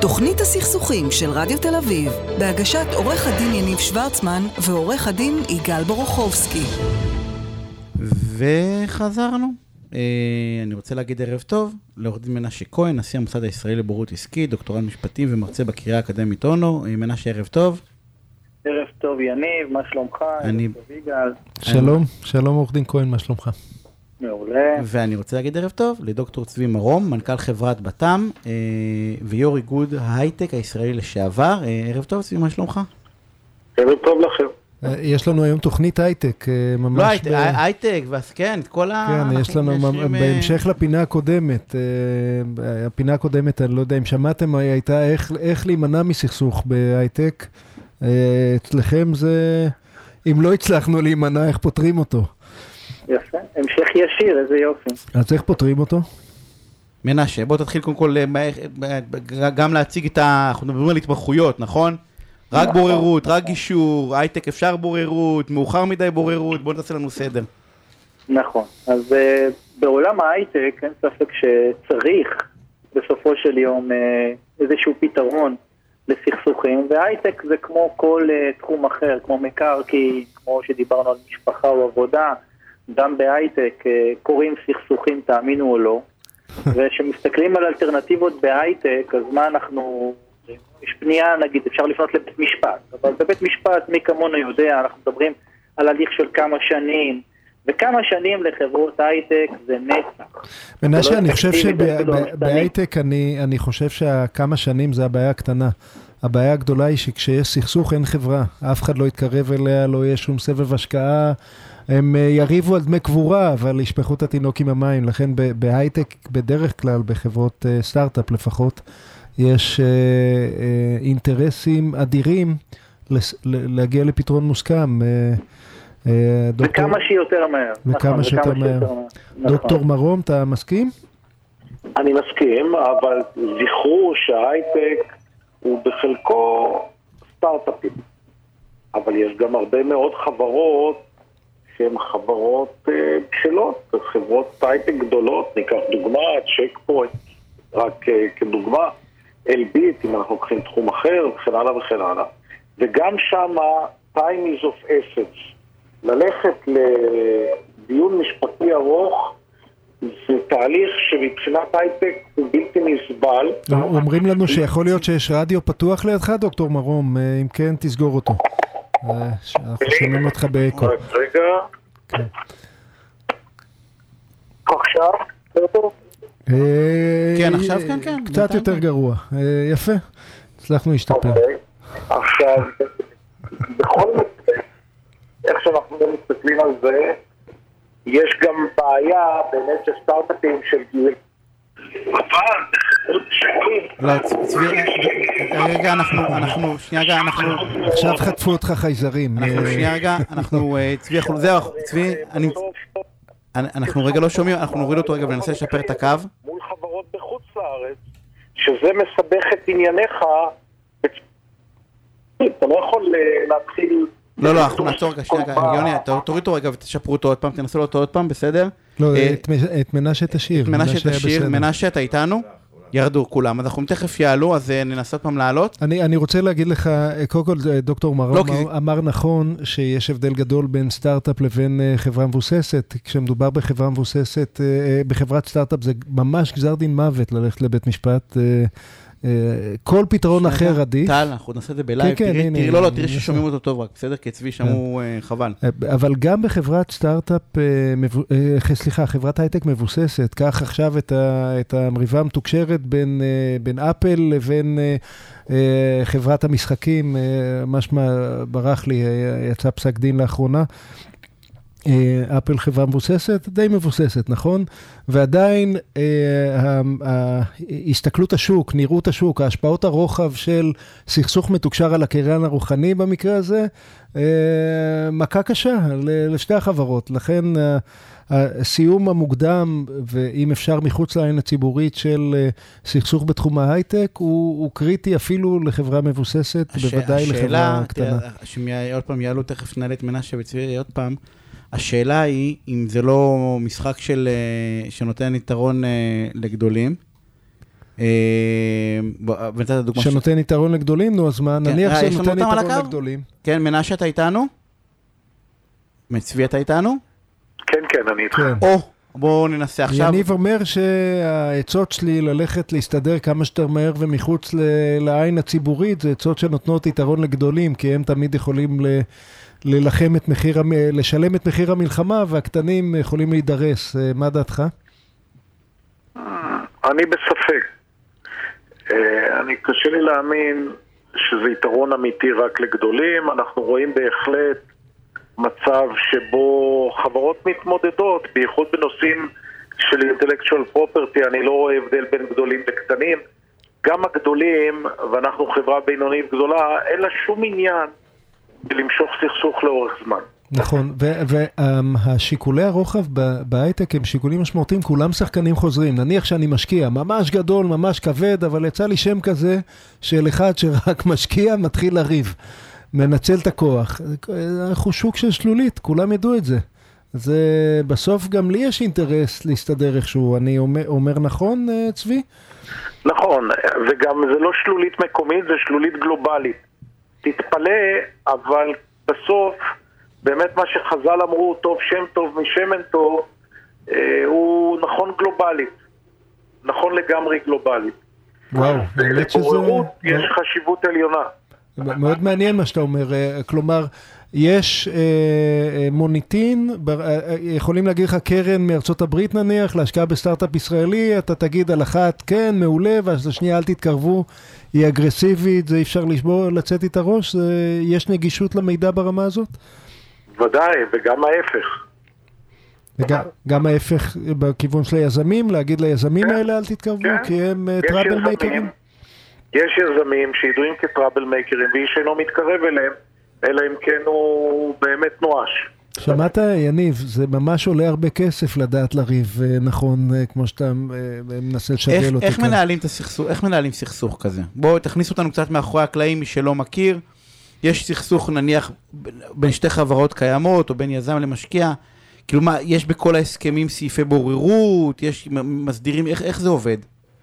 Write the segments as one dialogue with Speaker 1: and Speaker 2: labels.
Speaker 1: תוכנית הסכסוכים של רדיו תל אביב, בהגשת עורך הדין יניב שוורצמן ועורך הדין יגאל בורוכובסקי.
Speaker 2: וחזרנו. אני רוצה להגיד ערב טוב לעורך דין מנשה כהן, נשיא המוסד הישראלי לבוררות עסקית, דוקטורנט משפטים ומרצה בקריה האקדמית אונו. מנשה, ערב טוב.
Speaker 3: ערב טוב יניב, מה שלומך?
Speaker 4: שלום, שלום עורך דין כהן, מה שלומך?
Speaker 3: מעולה.
Speaker 2: ואני רוצה להגיד ערב טוב לדוקטור צבי מרום, מנכ"ל חברת בתם ויו"ר איגוד ההייטק הישראלי לשעבר. ערב טוב צבי, מה שלומך?
Speaker 5: ערב טוב לכם.
Speaker 4: יש לנו היום תוכנית הייטק, ממש...
Speaker 2: לא, הייטק, כן, כל ה...
Speaker 4: כן, יש לנו, בהמשך לפינה הקודמת, הפינה הקודמת, אני לא יודע אם שמעתם, הייתה איך להימנע מסכסוך בהייטק. אצלכם זה, אם לא הצלחנו להימנע, איך פותרים אותו?
Speaker 3: יפה, המשך ישיר, איזה יופי.
Speaker 4: אז איך פותרים אותו?
Speaker 2: מנשה, בוא תתחיל קודם כל גם להציג את אנחנו מדברים על התמחויות, נכון? רק בוררות, רק גישור, הייטק אפשר בוררות, מאוחר מדי בוררות, בוא נעשה לנו סדר.
Speaker 3: נכון, אז בעולם ההייטק אין ספק שצריך בסופו של יום איזשהו פתרון לסכסוכים, והייטק זה כמו כל תחום אחר, כמו מקרקעין, כמו שדיברנו על משפחה או עבודה, גם בהייטק קוראים סכסוכים, תאמינו או לא, ושמסתכלים על אלטרנטיבות בהייטק, אז מה אנחנו... יש פנייה, נגיד, אפשר לפנות לבית משפט, אבל בבית משפט, מי כמונו יודע, אנחנו מדברים על הליך של כמה שנים, וכמה שנים לחברות הייטק זה נצח.
Speaker 4: מנשה, אני חושב שבהייטק, אני חושב שכמה שנים זה הבעיה הקטנה. הבעיה הגדולה היא שכשיש סכסוך אין חברה, אף אחד לא יתקרב אליה, לא יהיה שום סבב השקעה, הם יריבו על דמי קבורה, אבל ישפכו את התינוק עם המים, לכן בהייטק, בדרך כלל, בחברות סטארט-אפ לפחות, יש אינטרסים אדירים להגיע לפתרון מוסכם.
Speaker 3: וכמה שיותר מהר.
Speaker 4: וכמה שיותר מהר. דוקטור מרום, אתה מסכים?
Speaker 5: אני מסכים, אבל זכרו שההייטק הוא בחלקו סטארט-אפים. אבל יש גם הרבה מאוד חברות שהן חברות בשלות, חברות הייטק גדולות, ניקח דוגמה, צ'ק פוינט, רק כדוגמה. אלביט, אם אנחנו לוקחים תחום אחר, וכן הלאה וכן הלאה. וגם שם, time is of essence. ללכת לדיון משפטי ארוך, זה תהליך שמבחינת הייטק הוא בלתי נסבל.
Speaker 4: אומרים לנו שיכול להיות שיש רדיו פתוח לידך, דוקטור מרום, אם כן, תסגור אותו. אנחנו שומעים אותך באקו.
Speaker 5: רגע. עכשיו, טוב.
Speaker 2: כן, עכשיו כן.
Speaker 4: קצת יותר גרוע. יפה. הצלחנו להשתפר.
Speaker 5: עכשיו, בכל מקרה, איך שאנחנו מסתכלים על זה, יש גם בעיה באמת של סטארט-אפים של גיל. אבל, עוד שנים.
Speaker 2: לא, צבי, רגע, אנחנו,
Speaker 4: עכשיו חטפו אותך חייזרים.
Speaker 2: אנחנו רגע לא שומעים, אנחנו נוריד אותו רגע וננסה לשפר את הקו.
Speaker 5: מול חברות בחוץ לארץ, שזה מסבך את ענייניך, אתה לא יכול להתחיל...
Speaker 2: לא, אנחנו נעצור רגע, יוני, תוריד אותו רגע ותשפרו אותו עוד פעם, תנסו לו אותו עוד פעם, בסדר?
Speaker 4: לא, את מנשה תשאיר.
Speaker 2: מנשה, אתה איתנו? ירדו כולם, אז אנחנו תכף יעלו, אז ננסה עוד פעם לעלות.
Speaker 4: אני רוצה להגיד לך, קודם כל דוקטור מרום אמר נכון שיש הבדל גדול בין סטארט-אפ לבין חברה מבוססת. כשמדובר בחברה מבוססת, בחברת סטארט-אפ זה ממש גזר דין מוות ללכת לבית משפט. כל פתרון אחר עדיף.
Speaker 2: טל, אנחנו נעשה את זה בלייב, תראי ששומעים אותו טוב רק, בסדר? כי צבי שמו חבל.
Speaker 4: אבל גם בחברת סטארט-אפ, חברת הייטק מבוססת, כך עכשיו את המריבה המתוקשרת בין אפל לבין חברת המשחקים, משמע ברח לי, יצא פסק דין לאחרונה, אפל חברה מבוססת, די מבוססת, נכון? ועדיין הסתכלות השוק, נראות השוק, ההשפעות הרוחב של סכסוך מתוקשר על הקניין הרוחני במקרה הזה, מכה קשה לשתי החברות. לכן הסיום המוקדם, ואם אפשר מחוץ לעין הציבורית של סכסוך בתחום ההייטק, הוא קריטי אפילו לחברה מבוססת, בוודאי לחברה קטנה.
Speaker 2: השאלה, עוד פעם יעלו, תכף נעלה את מנשה וצבי עוד פעם, השאלה היא, אם זה לא משחק שנותן יתרון לגדולים,
Speaker 4: שנותן יתרון לגדולים, נו, אז מה, נניח שנותן יתרון לגדולים.
Speaker 2: כן, מנשה, אתה איתנו? מצבי, אתה איתנו?
Speaker 5: כן, אני איתך.
Speaker 2: בואו ננסה עכשיו.
Speaker 4: יניב אומר שהעצות שלי ללכת להסתדר כמה שיותר מהר ומחוץ לעין הציבורית, זה עצות שנותנות יתרון לגדולים, כי הם תמיד יכולים לשלם את מחיר המלחמה, והקטנים יכולים להידרס. מה דעתך?
Speaker 5: אני בספק. קשה לי להאמין שזה יתרון אמיתי רק לגדולים. אנחנו רואים בהחלט מצב שבו חברות מתמודדות, בייחוד בנושאים של intellectual property. אני לא רואה הבדל בין גדולים לקטנים. גם הגדולים, ואנחנו חברה בינונית גדולה, אין לה שום עניין למשוך סכסוך לאורך זמן.
Speaker 4: נכון, והשיקולי הרוחב בהייטק הם שיקולים משמעותיים, כולם שחקנים חוזרים. נניח שאני משקיע, ממש גדול, ממש כבד, אבל יצא לי שם כזה של אחד שרק משקיע, מתחיל לריב, מנצל את הכוח. אנחנו שוק של שלולית, כולם ידעו את זה. זה בסוף גם לי יש אינטרס להסתדר איכשהו. אני אומר נכון, צבי?
Speaker 5: נכון, וגם זה לא שלולית מקומית, זה שלולית גלובלית. תתפלא, אבל בסוף באמת מה שחז"ל אמרו, טוב שם טוב משמן טוב, הוא נכון גלובלית. נכון לגמרי גלובלית.
Speaker 4: וואו, באמת שזה...
Speaker 5: לבוררות יש חשיבות עליונה.
Speaker 4: מאוד מעניין מה שאתה אומר. כלומר, יש מוניטין, יכולים להגיד לך קרן מארצות הברית נניח, להשקעה בסטארט-אפ ישראלי, אתה תגיד על אחת, כן, מעולה, ואז השנייה אל תתקרבו, היא אגרסיבית, זה אי אפשר לצאת איתה ראש, יש נגישות למידע ברמה הזאת?
Speaker 5: ודאי, וגם ההפך.
Speaker 4: וגם ההפך בכיוון של היזמים, להגיד ליזמים האלה אל תתקרבו, כי הם טראבל מייקרים?
Speaker 5: יש יזמים שידועים כטראבל מייקרים, ואיש אינו מתקרב אליהם, אלא אם כן הוא באמת נואש.
Speaker 4: שמעת, יניב, זה ממש עולה הרבה כסף לדעת לריב, נכון, כמו שאתה מנסה לשגל אותי.
Speaker 2: איך מנהלים את הסכסוך? איך מנהלים סכסוך כזה? בואו תכניס אותנו קצת מאחורי הקלעים, מי שלא מכיר. יש סכסוך נניח בין שתי חברות קיימות, או בין יזם למשקיע. כאילו מה, יש בכל ההסכמים סעיפי בוררות, יש מסדירים, איך זה עובד?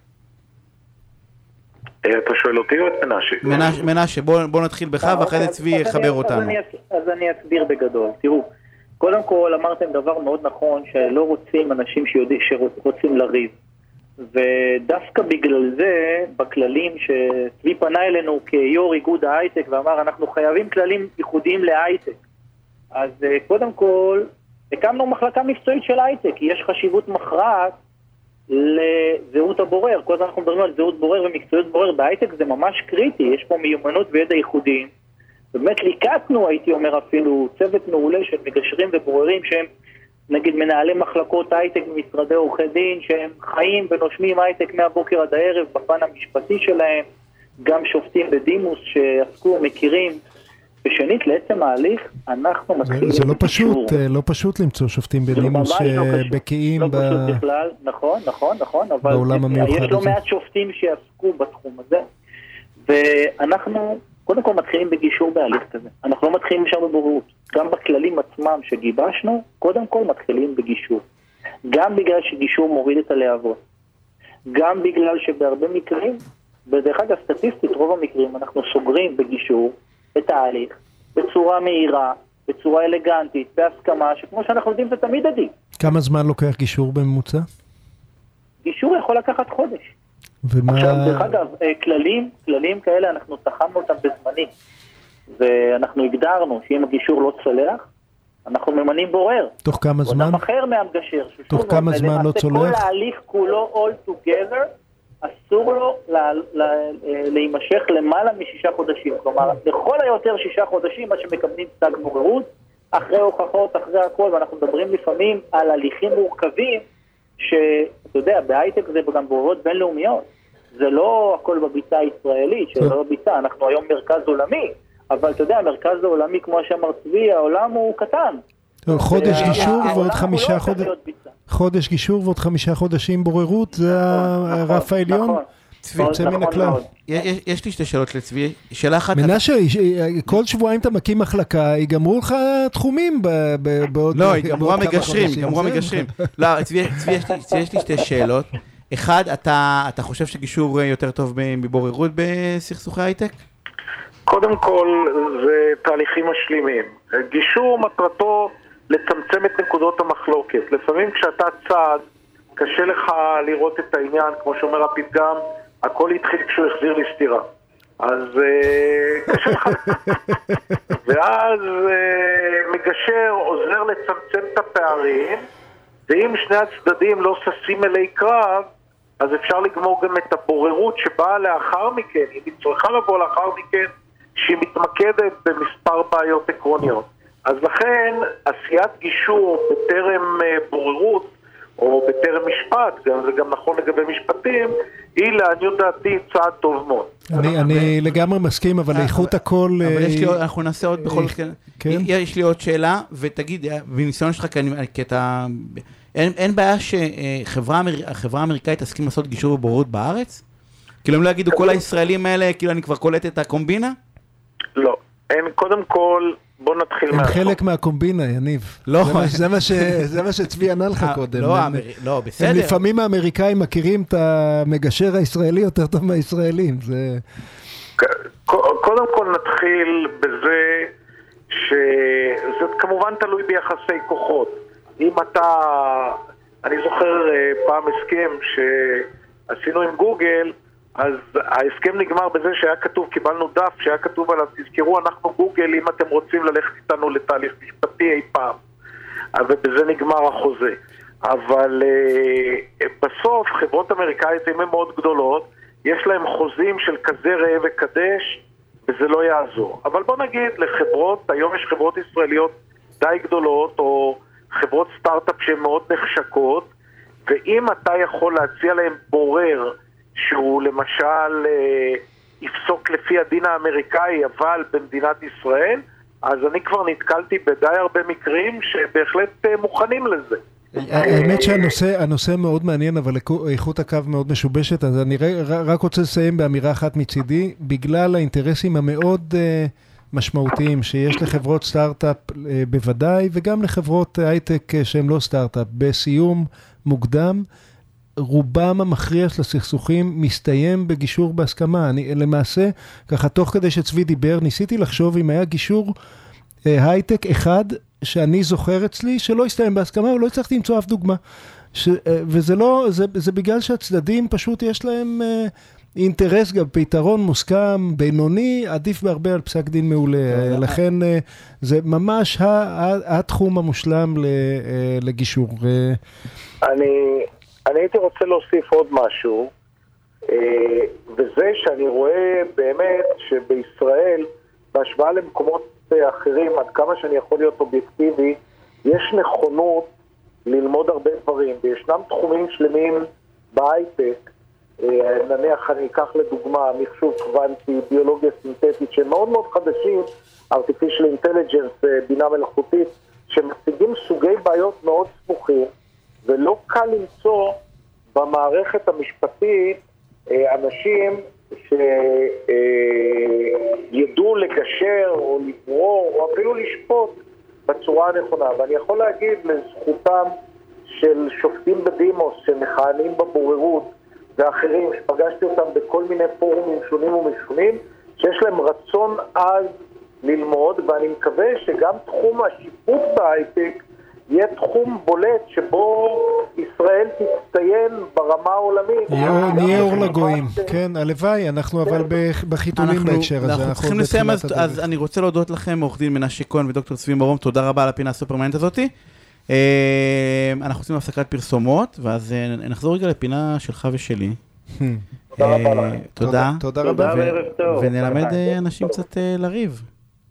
Speaker 5: אתה שואל אותי או את מנשה?
Speaker 2: מנשה, בוא נתחיל בך, ואחרי זה צבי יחבר אותנו.
Speaker 3: אז אני אסביר בגדול. תראו, קודם כל אמרתם דבר מאוד נכון, שלא רוצים אנשים שרוצים לריב. ודווקא בגלל זה, בכללים שצבי פנה אלינו כיו"ר איגוד ההייטק, ואמר, אנחנו חייבים כללים ייחודיים להייטק. אז קודם כל, הקמנו מחלקה מקצועית של הייטק, כי יש חשיבות מכרעת לזהות הבורר. כל הזמן אנחנו מדברים על זהות בורר ומקצועיות בורר בהייטק, זה ממש קריטי, יש פה מיומנות וידע ייחודיים. באמת ליקטנו, הייתי אומר אפילו, צוות מעולה של מגשרים ובוררים שהם נגיד מנהלי מחלקות הייטק במשרדי עורכי דין, שהם חיים ונושמים הייטק מהבוקר עד הערב בפן המשפטי שלהם, גם שופטים בדימוס שעסקו, מכירים. ושנית, לעצם ההליך, אנחנו מתחילים...
Speaker 4: זה לא פשוט למצוא שופטים בדימוס שבקיאים
Speaker 3: לא פשוט בכלל, נכון, אבל יש לא מעט שופטים שיעסקו בתחום הזה, ואנחנו קודם כל מתחילים בגישור בהליך כזה. אנחנו לא מתחילים משם בבוררות. גם בכללים עצמם שגיבשנו, קודם כל מתחילים בגישור. גם בגלל שגישור מוריד את הלהבות. גם בגלל שבהרבה מקרים, בדרך אגב סטטיסטית, רוב המקרים, אנחנו סוגרים בגישור את ההליך בצורה מהירה, בצורה אלגנטית, בהסכמה, שכמו שאנחנו יודעים זה תמיד עדיף.
Speaker 4: כמה זמן לוקח גישור בממוצע?
Speaker 3: גישור יכול לקחת חודש.
Speaker 4: ומה...
Speaker 3: עכשיו, דרך אגב, כללים כאלה אנחנו תחמנו אותם בזמנים, ואנחנו הגדרנו שאם הגישור לא צולח, אנחנו ממנים בורר.
Speaker 4: תוך כמה זמן?
Speaker 3: אדם אחר מהמגשר.
Speaker 4: תוך כמה זמן לא צולח?
Speaker 3: כל ההליך כולו all together, אסור לו להימשך למעלה מ6 חודשים. כלומר, לכל היותר 6 חודשים, מה שמקבלים פסק בוררות, אחרי הוכחות, אחרי הכל, ואנחנו מדברים לפעמים על הליכים מורכבים, שאתה יודע, בהייטק זה גם בוררות בינלאומיות. זה לא הכל בביצה הישראלית, שלא בביצה, אנחנו היום מרכז עולמי, אבל אתה יודע, המרכז העולמי, כמו שאמר צבי, העולם הוא קטן.
Speaker 4: חודש גישור ועוד 5 חודשים. חודש גישור ועוד 5 חודשים בוררות, זה הרף העליון? צבי, יוצא מן הכלל.
Speaker 2: יש לי 2 שאלות לצבי. שאלה אחת...
Speaker 4: מנשה, כל שבועיים אתה מקים מחלקה, יגמרו לך תחומים בעוד...
Speaker 2: לא, יגמרו המגשרים. לא, צבי, יש לי 2 שאלות. אחד, אתה חושב שגישור יותר טוב מבוררות בסכסוכי הייטק?
Speaker 5: קודם כל, זה תהליכים משלימים. גישור מטרתו לצמצם את נקודות המחלוקת. לפעמים כשאתה צעד, קשה לך לראות את העניין, כמו שאומר הפתגם, הכל התחיל כשהוא החזיר לי סתירה. אז קשה לך. ואז מגשר עוזר לצמצם את הפערים, ואם שני הצדדים לא ששים אלי קרב, אז אפשר לגמור גם את הבוררות שבאה לאחר מכן, אם היא צריכה לבוא לאחר מכן, שהיא מתמקדת במספר בעיות עקרוניות. אז לכן, עשיית גישור בטרם בוררות, או בטרם משפט, זה גם נכון לגבי משפטים, היא לעניות דעתי צעד טוב מאוד.
Speaker 4: אני לגמרי מסכים, אבל איכות הכל...
Speaker 2: אבל אנחנו נעשה עוד בכל זאת, יש לי עוד שאלה, ותגיד, בניסיון שלך, כי אתה... אין בעיה שחברה האמריקאית תסכים לעשות גישור ובוררות בארץ? כאילו הם לא יגידו כל הישראלים האלה, כאילו אני כבר קולט את הקומבינה?
Speaker 5: לא, אין, קודם כל, בוא נתחיל
Speaker 4: הם חלק מהקומבינה, יניב.
Speaker 2: לא.
Speaker 4: זה מה שצבי ענה לך קודם.
Speaker 2: לא, בסדר.
Speaker 4: לפעמים האמריקאים מכירים את המגשר הישראלי יותר טוב מהישראלים.
Speaker 5: קודם כל נתחיל בזה שזה כמובן תלוי ביחסי כוחות. אם אתה, אני זוכר פעם הסכם שעשינו עם גוגל, אז ההסכם נגמר בזה שהיה כתוב, קיבלנו דף שהיה כתוב עליו, תזכרו, אנחנו גוגל, אם אתם רוצים ללכת איתנו לתהליך משפטי אי פעם. ובזה נגמר החוזה. אבל בסוף חברות אמריקאיות הן מאוד גדולות, יש להם חוזים של כזה ראה וקדש, וזה לא יעזור. אבל בוא נגיד לחברות, היום יש חברות ישראליות די גדולות, או חברות סטארט-אפ שהן מאוד נחשקות, ואם אתה יכול להציע להם בורר, שהוא למשל יפסוק לפי הדין האמריקאי, אבל במדינת ישראל, אז אני כבר נתקלתי בדי הרבה מקרים שבהחלט מוכנים לזה.
Speaker 4: האמת שהנושא מאוד מעניין, אבל איכות הקו מאוד משובשת, אז אני רק רוצה לסיים באמירה אחת מצידי, בגלל האינטרסים המאוד משמעותיים שיש לחברות סטארט-אפ בוודאי, וגם לחברות הייטק שהן לא סטארט-אפ, בסיום מוקדם, רובם המכריע של הסכסוכים מסתיים בגישור בהסכמה. אני למעשה, ככה תוך כדי שצבי דיבר, ניסיתי לחשוב אם היה גישור הייטק אחד שאני זוכר אצלי, שלא הסתיים בהסכמה, ולא הצלחתי למצוא אף דוגמה. וזה לא, זה בגלל שהצדדים פשוט יש להם אינטרס, גם פתרון מוסכם, בינוני, עדיף בהרבה על פסק דין מעולה. לכן זה ממש התחום המושלם לגישור.
Speaker 5: אני הייתי רוצה להוסיף עוד משהו, וזה שאני רואה באמת שבישראל, בהשוואה למקומות אחרים, עד כמה שאני יכול להיות אובייקטיבי, יש נכונות ללמוד הרבה דברים, וישנם תחומים שלמים בהייטק, נניח אני אקח לדוגמה מחשוב קוונטי, ביולוגיה סינתטית, שהם מאוד מאוד חדשים, artificial intelligence, בינה מלאכותית, שמציגים סוגי בעיות מאוד סמוכים, ולא קל למצוא במערכת המשפטית אנשים שידעו לגשר או לברור או אפילו לשפוט בצורה הנכונה. ואני יכול להגיד לזכותם של שופטים בדימוס שמכהנים בבוררות ואחרים שפגשתי אותם בכל מיני פורומים שונים ומשונים, שיש להם רצון עז ללמוד, ואני מקווה שגם תחום השיפוט בהייטק יהיה תחום בולט שבו ישראל תצטיין ברמה העולמית.
Speaker 4: נהיה אור לגויים, כן, הלוואי, אנחנו אבל בחיתולים בהקשר הזה.
Speaker 2: אנחנו צריכים לסיים, אז אני רוצה להודות לכם, עורך דין מנשה כהן ודוקטור צבי מרום, תודה רבה על הפינה הסופרמנט הזאת. אנחנו עושים הפסקת פרסומות, ואז נחזור רגע לפינה שלך ושלי.
Speaker 5: תודה רבה לכם.
Speaker 2: תודה רבה, ונלמד אנשים קצת לריב.